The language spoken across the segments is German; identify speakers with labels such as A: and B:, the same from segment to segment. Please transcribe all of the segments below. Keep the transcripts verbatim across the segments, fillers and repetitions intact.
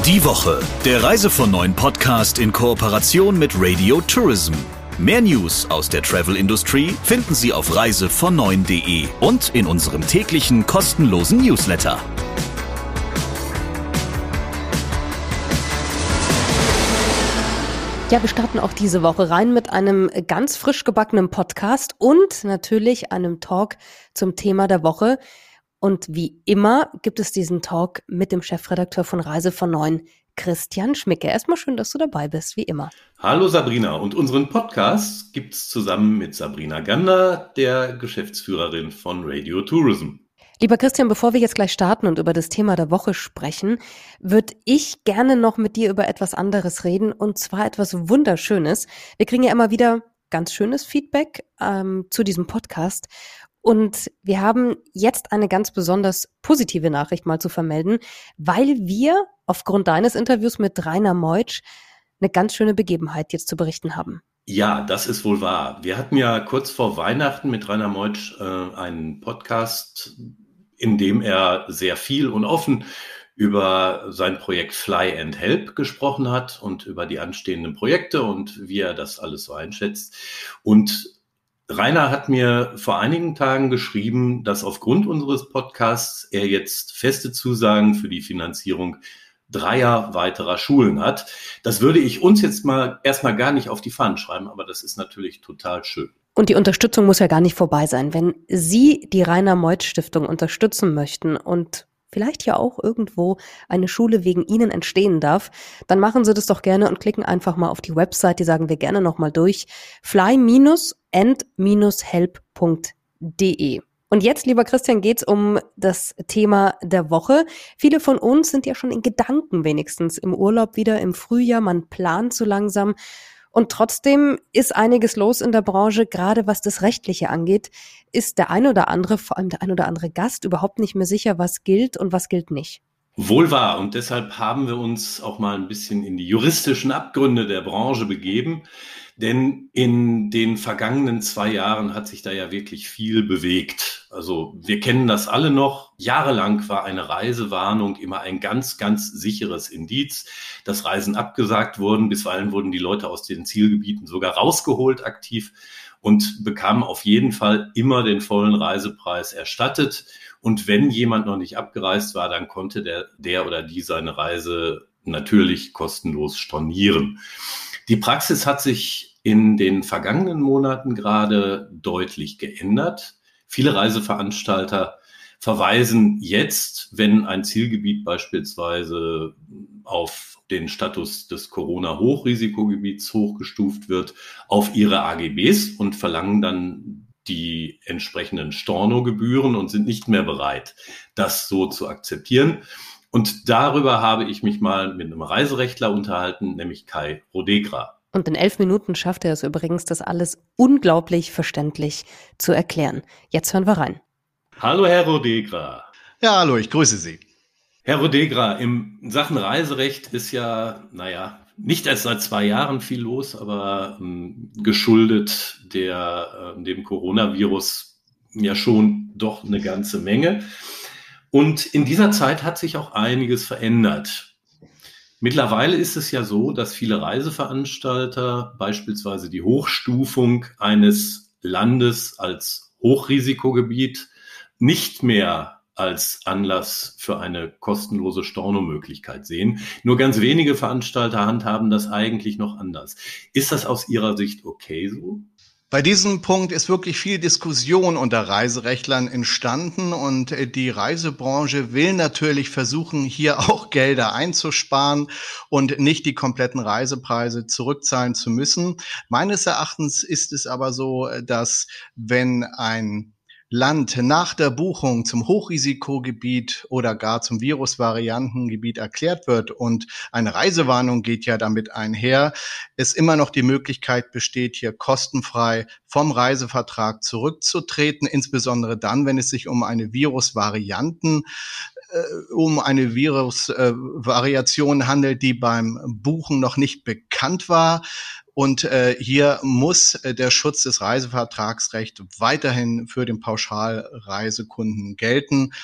A: Die Woche, der Reise von neun Podcast in Kooperation mit Radio Tourism. Mehr News aus der Travel-Industrie finden Sie auf reise von neun punkt de und in unserem täglichen kostenlosen Newsletter.
B: Ja, wir starten auch diese Woche rein mit einem ganz frisch gebackenen Podcast und natürlich einem Talk zum Thema der Woche. Und wie immer gibt es diesen Talk mit dem Chefredakteur von Reise von neun, Christian Schmicke. Erstmal schön, dass du dabei bist, wie immer.
C: Hallo Sabrina, und unseren Podcast gibt's zusammen mit Sabrina Gander, der Geschäftsführerin von Radio Tourism.
B: Lieber Christian, bevor wir jetzt gleich starten und über das Thema der Woche sprechen, würde ich gerne noch mit dir über etwas anderes reden, und zwar etwas Wunderschönes. Wir kriegen ja immer wieder ganz schönes Feedback ähm, zu diesem Podcast. Und wir haben jetzt eine ganz besonders positive Nachricht mal zu vermelden, weil wir aufgrund deines Interviews mit Rainer Meutsch eine ganz schöne Begebenheit jetzt zu berichten haben.
C: Ja, das ist wohl wahr. Wir hatten ja kurz vor Weihnachten mit Rainer Meutsch äh, einen Podcast, in dem er sehr viel und offen über sein Projekt Fly and Help gesprochen hat und über die anstehenden Projekte und wie er das alles so einschätzt. Und Rainer hat mir vor einigen Tagen geschrieben, dass aufgrund unseres Podcasts er jetzt feste Zusagen für die Finanzierung dreier weiterer Schulen hat. Das würde ich uns jetzt mal erstmal gar nicht auf die Fahnen schreiben, aber das ist natürlich total schön.
B: Und die Unterstützung muss ja gar nicht vorbei sein. Wenn Sie die Rainer Meutsch Stiftung unterstützen möchten und vielleicht ja auch irgendwo eine Schule wegen Ihnen entstehen darf, dann machen Sie das doch gerne und klicken einfach mal auf die Website, die sagen wir gerne nochmal durch, fly and help punkt de. Und jetzt, lieber Christian, geht's um das Thema der Woche. Viele von uns sind ja schon in Gedanken wenigstens im Urlaub wieder im Frühjahr, man plant so langsam. Und trotzdem ist einiges los in der Branche, gerade was das Rechtliche angeht, ist der ein oder andere, vor allem der ein oder andere Gast, überhaupt nicht mehr sicher, was gilt und was gilt nicht.
C: Wohl wahr, und deshalb haben wir uns auch mal ein bisschen in die juristischen Abgründe der Branche begeben, denn in den vergangenen zwei Jahren hat sich da ja wirklich viel bewegt. Also wir kennen das alle noch. Jahrelang war eine Reisewarnung immer ein ganz, ganz sicheres Indiz, dass Reisen abgesagt wurden. Bisweilen wurden die Leute aus den Zielgebieten sogar rausgeholt aktiv und bekamen auf jeden Fall immer den vollen Reisepreis erstattet. Und wenn jemand noch nicht abgereist war, dann konnte der, der oder die seine Reise natürlich kostenlos stornieren. Die Praxis hat sich in den vergangenen Monaten gerade deutlich geändert. Viele Reiseveranstalter verweisen jetzt, wenn ein Zielgebiet beispielsweise auf den Status des Corona-Hochrisikogebiets hochgestuft wird, auf ihre A G Bs und verlangen dann die entsprechenden Stornogebühren und sind nicht mehr bereit, das so zu akzeptieren. Und darüber habe ich mich mal mit einem Reiserechtler unterhalten, nämlich Kai Rodegra.
B: Und in elf Minuten schafft er es übrigens, das alles unglaublich verständlich zu erklären. Jetzt hören wir rein.
C: Hallo, Herr Rodegra.
D: Ja, hallo, ich grüße Sie.
C: Herr Rodegra, in Sachen Reiserecht ist ja, naja, nicht erst seit zwei Jahren viel los, aber ähm, geschuldet der, äh, dem Coronavirus ja schon doch eine ganze Menge. Und in dieser Zeit hat sich auch einiges verändert. Mittlerweile ist es ja so, dass viele Reiseveranstalter beispielsweise die Hochstufung eines Landes als Hochrisikogebiet nicht mehr als Anlass für eine kostenlose Stornomöglichkeit sehen. Nur ganz wenige Veranstalter handhaben das eigentlich noch anders. Ist das aus Ihrer Sicht okay so?
D: Bei diesem Punkt ist wirklich viel Diskussion unter Reiserechtlern entstanden und die Reisebranche will natürlich versuchen, hier auch Gelder einzusparen und nicht die kompletten Reisepreise zurückzahlen zu müssen. Meines Erachtens ist es aber so, dass wenn ein Land nach der Buchung zum Hochrisikogebiet oder gar zum Virusvariantengebiet erklärt wird und eine Reisewarnung geht ja damit einher, es immer noch die Möglichkeit besteht, hier kostenfrei vom Reisevertrag zurückzutreten, insbesondere dann, wenn es sich um eine Virusvarianten äh, um eine Virusvariation äh, handelt, die beim Buchen noch nicht bekannt war. Und äh, hier muss äh, der Schutz des Reisevertragsrechts weiterhin für den Pauschalreisekunden gelten.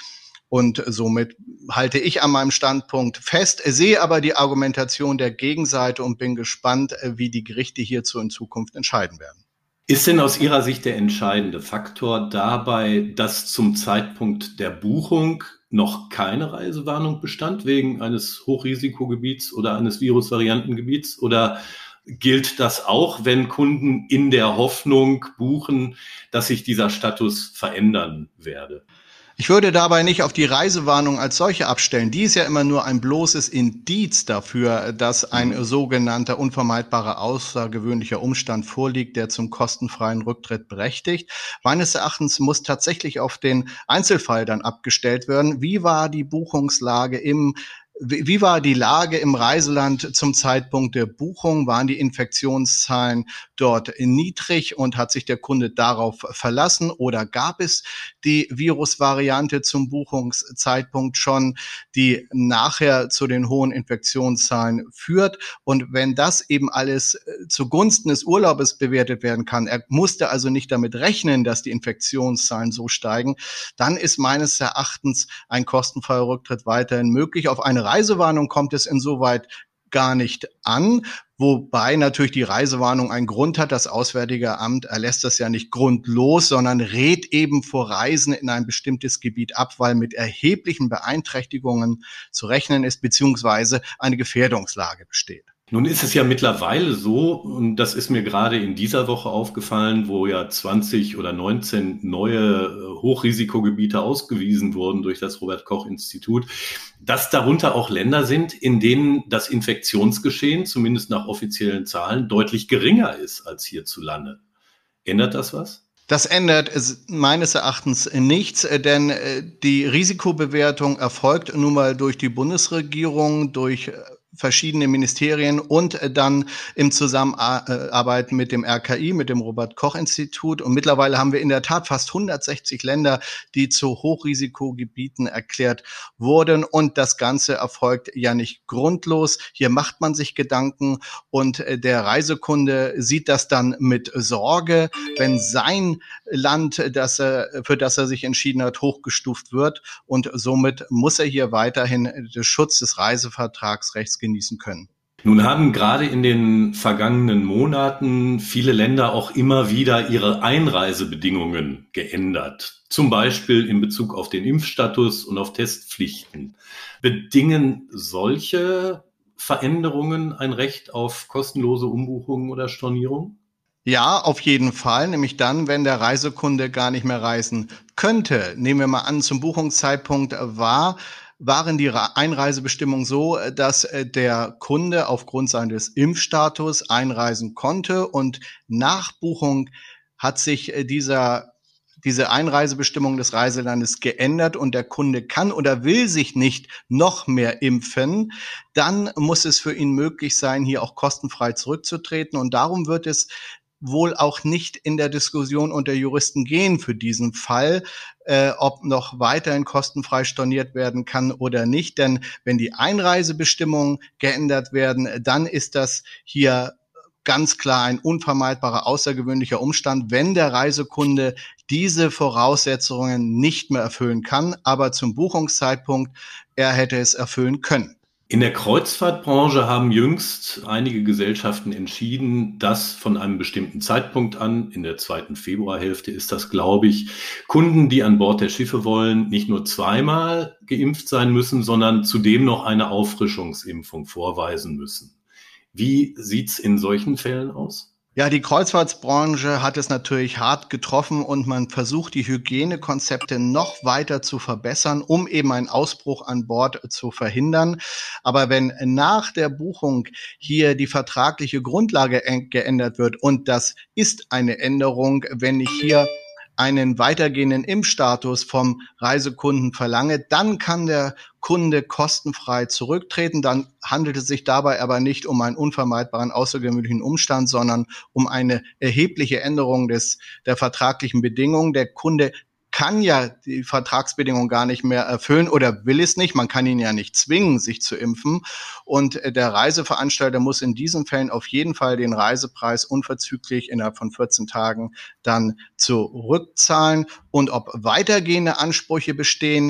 D: Und somit halte ich an meinem Standpunkt fest, sehe aber die Argumentation der Gegenseite und bin gespannt, wie die Gerichte hierzu in Zukunft entscheiden werden.
C: Ist denn aus Ihrer Sicht der entscheidende Faktor dabei, dass zum Zeitpunkt der Buchung noch keine Reisewarnung bestand wegen eines Hochrisikogebiets oder eines Virusvariantengebiets? Oder gilt das auch, wenn Kunden in der Hoffnung buchen, dass sich dieser Status verändern werde?
D: Ich würde dabei nicht auf die Reisewarnung als solche abstellen. Die ist ja immer nur ein bloßes Indiz dafür, dass ein sogenannter unvermeidbarer außergewöhnlicher Umstand vorliegt, der zum kostenfreien Rücktritt berechtigt. Meines Erachtens muss tatsächlich auf den Einzelfall dann abgestellt werden. Wie war die Buchungslage im Wie war die Lage im Reiseland zum Zeitpunkt der Buchung? Waren die Infektionszahlen dort niedrig und hat sich der Kunde darauf verlassen? Oder gab es die Virusvariante zum Buchungszeitpunkt schon, die nachher zu den hohen Infektionszahlen führt? Und wenn das eben alles zugunsten des Urlaubes bewertet werden kann, er musste also nicht damit rechnen, dass die Infektionszahlen so steigen, dann ist meines Erachtens ein kostenfreier Rücktritt weiterhin möglich. Auf eine Reisewarnung kommt es insoweit gar nicht an, wobei natürlich die Reisewarnung einen Grund hat. Das Auswärtige Amt erlässt das ja nicht grundlos, sondern rät eben vor Reisen in ein bestimmtes Gebiet ab, weil mit erheblichen Beeinträchtigungen zu rechnen ist, beziehungsweise eine Gefährdungslage besteht.
C: Nun ist es ja mittlerweile so, und das ist mir gerade in dieser Woche aufgefallen, wo ja zwanzig oder neunzehn neue Hochrisikogebiete ausgewiesen wurden durch das Robert-Koch-Institut, dass darunter auch Länder sind, in denen das Infektionsgeschehen, zumindest nach offiziellen Zahlen, deutlich geringer ist als hierzulande. Ändert das was?
D: Das ändert meines Erachtens nichts, denn die Risikobewertung erfolgt nun mal durch die Bundesregierung, durch verschiedene Ministerien und dann im Zusammenarbeit mit dem R K I, mit dem Robert-Koch-Institut. Und mittlerweile haben wir in der Tat fast hundertsechzig Länder, die zu Hochrisikogebieten erklärt wurden. Und das Ganze erfolgt ja nicht grundlos. Hier macht man sich Gedanken und der Reisekunde sieht das dann mit Sorge, wenn sein Land, das er, für das er sich entschieden hat, hochgestuft wird. Und somit muss er hier weiterhin den Schutz des Reisevertragsrechts genießen können.
C: Nun haben gerade in den vergangenen Monaten viele Länder auch immer wieder ihre Einreisebedingungen geändert. Zum Beispiel in Bezug auf den Impfstatus und auf Testpflichten. Bedingen solche Veränderungen ein Recht auf kostenlose Umbuchungen oder Stornierungen?
D: Ja, auf jeden Fall, nämlich dann, wenn der Reisekunde gar nicht mehr reisen könnte. Nehmen wir mal an, zum Buchungszeitpunkt war waren die Einreisebestimmungen so, dass der Kunde aufgrund seines Impfstatus einreisen konnte und nach Buchung hat sich dieser diese Einreisebestimmung des Reiselandes geändert und der Kunde kann oder will sich nicht noch mehr impfen, dann muss es für ihn möglich sein, hier auch kostenfrei zurückzutreten. Und darum wird es wohl auch nicht in der Diskussion unter Juristen gehen für diesen Fall, äh, ob noch weiterhin kostenfrei storniert werden kann oder nicht. Denn wenn die Einreisebestimmungen geändert werden, dann ist das hier ganz klar ein unvermeidbarer, außergewöhnlicher Umstand, wenn der Reisekunde diese Voraussetzungen nicht mehr erfüllen kann, aber zum Buchungszeitpunkt er hätte es erfüllen können.
C: In der Kreuzfahrtbranche haben jüngst einige Gesellschaften entschieden, dass von einem bestimmten Zeitpunkt an, in der zweiten Februarhälfte ist das, glaube ich, Kunden, die an Bord der Schiffe wollen, nicht nur zweimal geimpft sein müssen, sondern zudem noch eine Auffrischungsimpfung vorweisen müssen. Wie sieht's in solchen Fällen aus?
D: Ja, die Kreuzfahrtbranche hat es natürlich hart getroffen und man versucht, die Hygienekonzepte noch weiter zu verbessern, um eben einen Ausbruch an Bord zu verhindern. Aber wenn nach der Buchung hier die vertragliche Grundlage geändert wird, und das ist eine Änderung, wenn ich hier einen weitergehenden Impfstatus vom Reisekunden verlange, dann kann der Kunde kostenfrei zurücktreten. Dann handelt es sich dabei aber nicht um einen unvermeidbaren außergewöhnlichen Umstand, sondern um eine erhebliche Änderung des der vertraglichen Bedingungen. Der Kunde kann ja die Vertragsbedingungen gar nicht mehr erfüllen oder will es nicht. Man kann ihn ja nicht zwingen, sich zu impfen. Und der Reiseveranstalter muss in diesen Fällen auf jeden Fall den Reisepreis unverzüglich innerhalb von vierzehn Tagen dann zurückzahlen. Und ob weitergehende Ansprüche bestehen,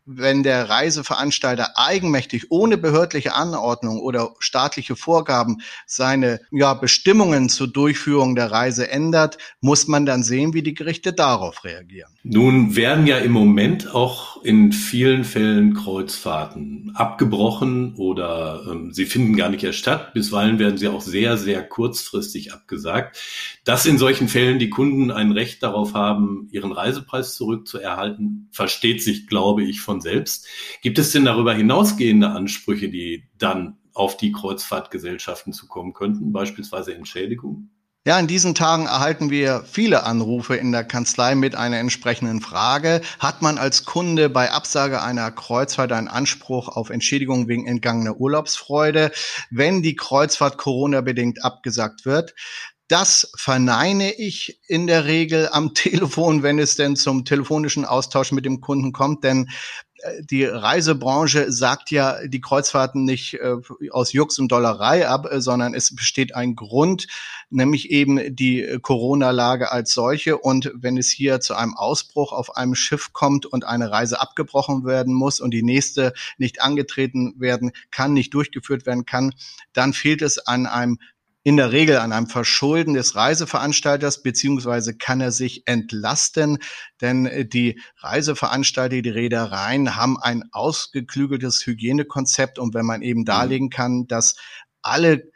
D: wenn der Reiseveranstalter eigenmächtig ohne behördliche Anordnung oder staatliche Vorgaben seine ja, Bestimmungen zur Durchführung der Reise ändert, muss man dann sehen, wie die Gerichte darauf reagieren.
C: Nun werden ja im Moment auch in vielen Fällen Kreuzfahrten abgebrochen oder ähm, sie finden gar nicht erst statt. Bisweilen werden sie auch sehr, sehr kurzfristig abgesagt. Dass in solchen Fällen die Kunden ein Recht darauf haben, ihren Reisepreis zurückzuerhalten, versteht sich, glaube ich, von selbst. Gibt es denn darüber hinausgehende Ansprüche, die dann auf die Kreuzfahrtgesellschaften zukommen könnten, beispielsweise Entschädigung?
D: Ja, in diesen Tagen erhalten wir viele Anrufe in der Kanzlei mit einer entsprechenden Frage. Hat man als Kunde bei Absage einer Kreuzfahrt einen Anspruch auf Entschädigung wegen entgangener Urlaubsfreude, wenn die Kreuzfahrt Corona-bedingt abgesagt wird? Das verneine ich in der Regel am Telefon, wenn es denn zum telefonischen Austausch mit dem Kunden kommt, denn die Reisebranche sagt ja die Kreuzfahrten nicht äh, aus Jux und Dollerei ab, äh, sondern es besteht ein Grund, nämlich eben die Corona-Lage als solche. Und wenn es hier zu einem Ausbruch auf einem Schiff kommt und eine Reise abgebrochen werden muss und die nächste nicht angetreten werden kann, nicht durchgeführt werden kann, dann fehlt es an einem in der Regel an einem Verschulden des Reiseveranstalters, beziehungsweise kann er sich entlasten, denn die Reiseveranstalter, die Reedereien haben ein ausgeklügeltes Hygienekonzept und wenn man eben darlegen kann, dass alle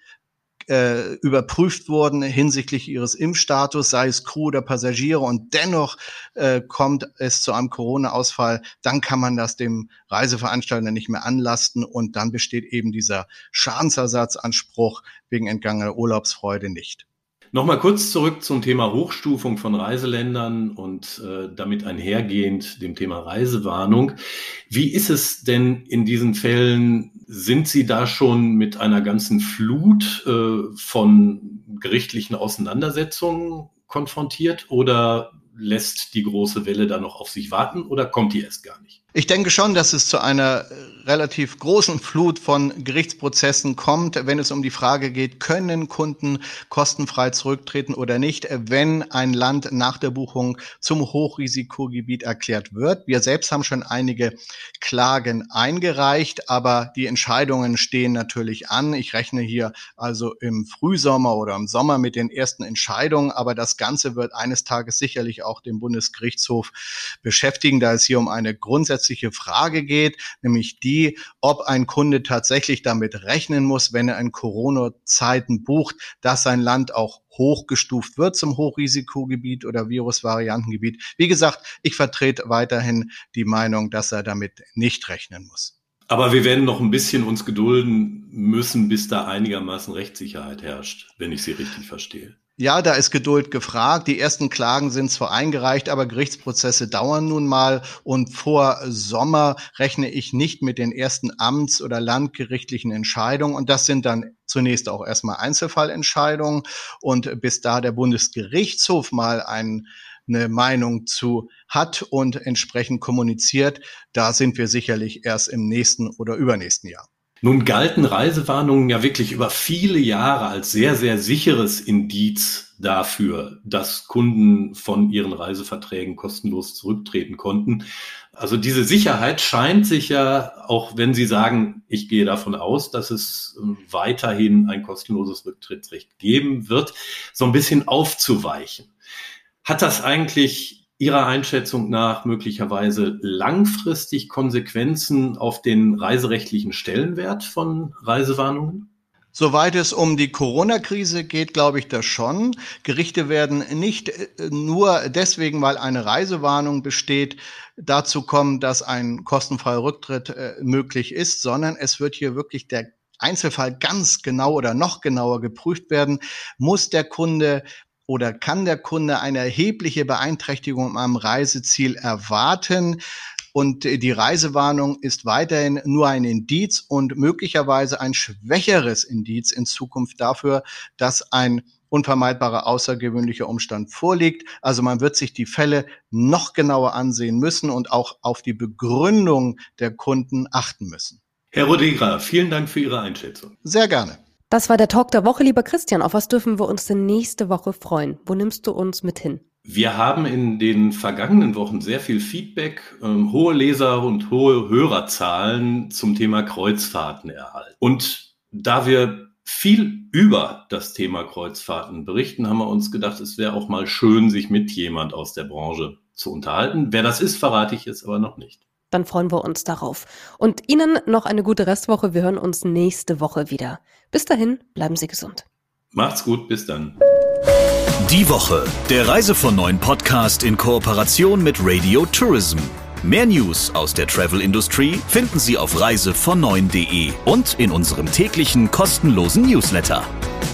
D: äh, überprüft wurden hinsichtlich ihres Impfstatus, sei es Crew oder Passagiere und dennoch äh, kommt es zu einem Corona-Ausfall, dann kann man das dem Reiseveranstalter nicht mehr anlasten und dann besteht eben dieser Schadensersatzanspruch wegen entgangener Urlaubsfreude nicht.
C: Nochmal kurz zurück zum Thema Hochstufung von Reiseländern und äh, damit einhergehend dem Thema Reisewarnung. Wie ist es denn in diesen Fällen? Sind Sie da schon mit einer ganzen Flut äh, von gerichtlichen Auseinandersetzungen konfrontiert oder lässt die große Welle da noch auf sich warten oder kommt die erst gar nicht?
D: Ich denke schon, dass es zu einer relativ großen Flut von Gerichtsprozessen kommt, wenn es um die Frage geht, können Kunden kostenfrei zurücktreten oder nicht, wenn ein Land nach der Buchung zum Hochrisikogebiet erklärt wird. Wir selbst haben schon einige Klagen eingereicht, aber die Entscheidungen stehen natürlich an. Ich rechne hier also im Frühsommer oder im Sommer mit den ersten Entscheidungen, aber das Ganze wird eines Tages sicherlich auch den Bundesgerichtshof beschäftigen, da es hier um eine grundsätzliche Frage geht, nämlich die, ob ein Kunde tatsächlich damit rechnen muss, wenn er in Corona-Zeiten bucht, dass sein Land auch hochgestuft wird zum Hochrisikogebiet oder Virusvariantengebiet. Wie gesagt, ich vertrete weiterhin die Meinung, dass er damit nicht rechnen muss.
C: Aber wir werden noch ein bisschen uns gedulden müssen, bis da einigermaßen Rechtssicherheit herrscht, wenn ich Sie richtig verstehe.
D: Ja, da ist Geduld gefragt. Die ersten Klagen sind zwar eingereicht, aber Gerichtsprozesse dauern nun mal. Und vor Sommer rechne ich nicht mit den ersten amts- oder landgerichtlichen Entscheidungen. Und das sind dann zunächst auch erstmal Einzelfallentscheidungen. Und bis da der Bundesgerichtshof mal ein eine Meinung zu hat und entsprechend kommuniziert, da sind wir sicherlich erst im nächsten oder übernächsten Jahr.
C: Nun galten Reisewarnungen ja wirklich über viele Jahre als sehr, sehr sicheres Indiz dafür, dass Kunden von ihren Reiseverträgen kostenlos zurücktreten konnten. Also diese Sicherheit scheint sich ja, auch wenn Sie sagen, ich gehe davon aus, dass es weiterhin ein kostenloses Rücktrittsrecht geben wird, so ein bisschen aufzuweichen. Hat das eigentlich Ihrer Einschätzung nach möglicherweise langfristig Konsequenzen auf den reiserechtlichen Stellenwert von Reisewarnungen?
D: Soweit es um die Corona-Krise geht, glaube ich das schon. Gerichte werden nicht nur deswegen, weil eine Reisewarnung besteht, dazu kommen, dass ein kostenfreier Rücktritt äh, möglich ist, sondern es wird hier wirklich der Einzelfall ganz genau oder noch genauer geprüft werden. Muss der Kunde oder kann der Kunde eine erhebliche Beeinträchtigung am Reiseziel erwarten? Und die Reisewarnung ist weiterhin nur ein Indiz und möglicherweise ein schwächeres Indiz in Zukunft dafür, dass ein unvermeidbarer außergewöhnlicher Umstand vorliegt. Also man wird sich die Fälle noch genauer ansehen müssen und auch auf die Begründung der Kunden achten müssen.
C: Herr Rodegra, vielen Dank für Ihre Einschätzung.
D: Sehr gerne.
B: Das war der Talk der Woche, lieber Christian. Auf was dürfen wir uns denn nächste Woche freuen? Wo nimmst du uns mit hin?
C: Wir haben in den vergangenen Wochen sehr viel Feedback, ähm, hohe Leser- und hohe Hörerzahlen zum Thema Kreuzfahrten erhalten. Und da wir viel über das Thema Kreuzfahrten berichten, haben wir uns gedacht, es wäre auch mal schön, sich mit jemand aus der Branche zu unterhalten. Wer das ist, verrate ich jetzt aber noch nicht.
B: Dann freuen wir uns darauf. Und Ihnen noch eine gute Restwoche. Wir hören uns nächste Woche wieder. Bis dahin, bleiben Sie gesund.
C: Macht's gut, bis dann.
A: Die Woche, der Reise von neun Podcast in Kooperation mit Radio Tourism. Mehr News aus der Travel Industry finden Sie auf reise von neun punkt de und in unserem täglichen kostenlosen Newsletter.